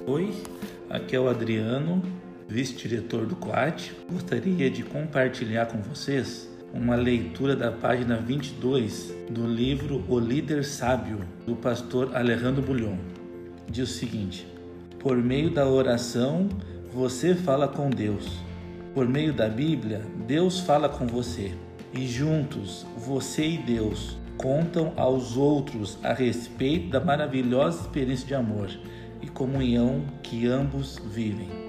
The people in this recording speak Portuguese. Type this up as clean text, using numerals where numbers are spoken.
Oi, aqui é o Adriano, vice-diretor do Coat. Gostaria de compartilhar com vocês uma leitura da página 22 do livro O Líder Sábio, do pastor Alejandro Bullion. Diz o seguinte: por meio da oração, você fala com Deus. Por meio da Bíblia, Deus fala com você. E juntos, você e Deus contam aos outros a respeito da maravilhosa experiência de amor e comunhão que ambos vivem.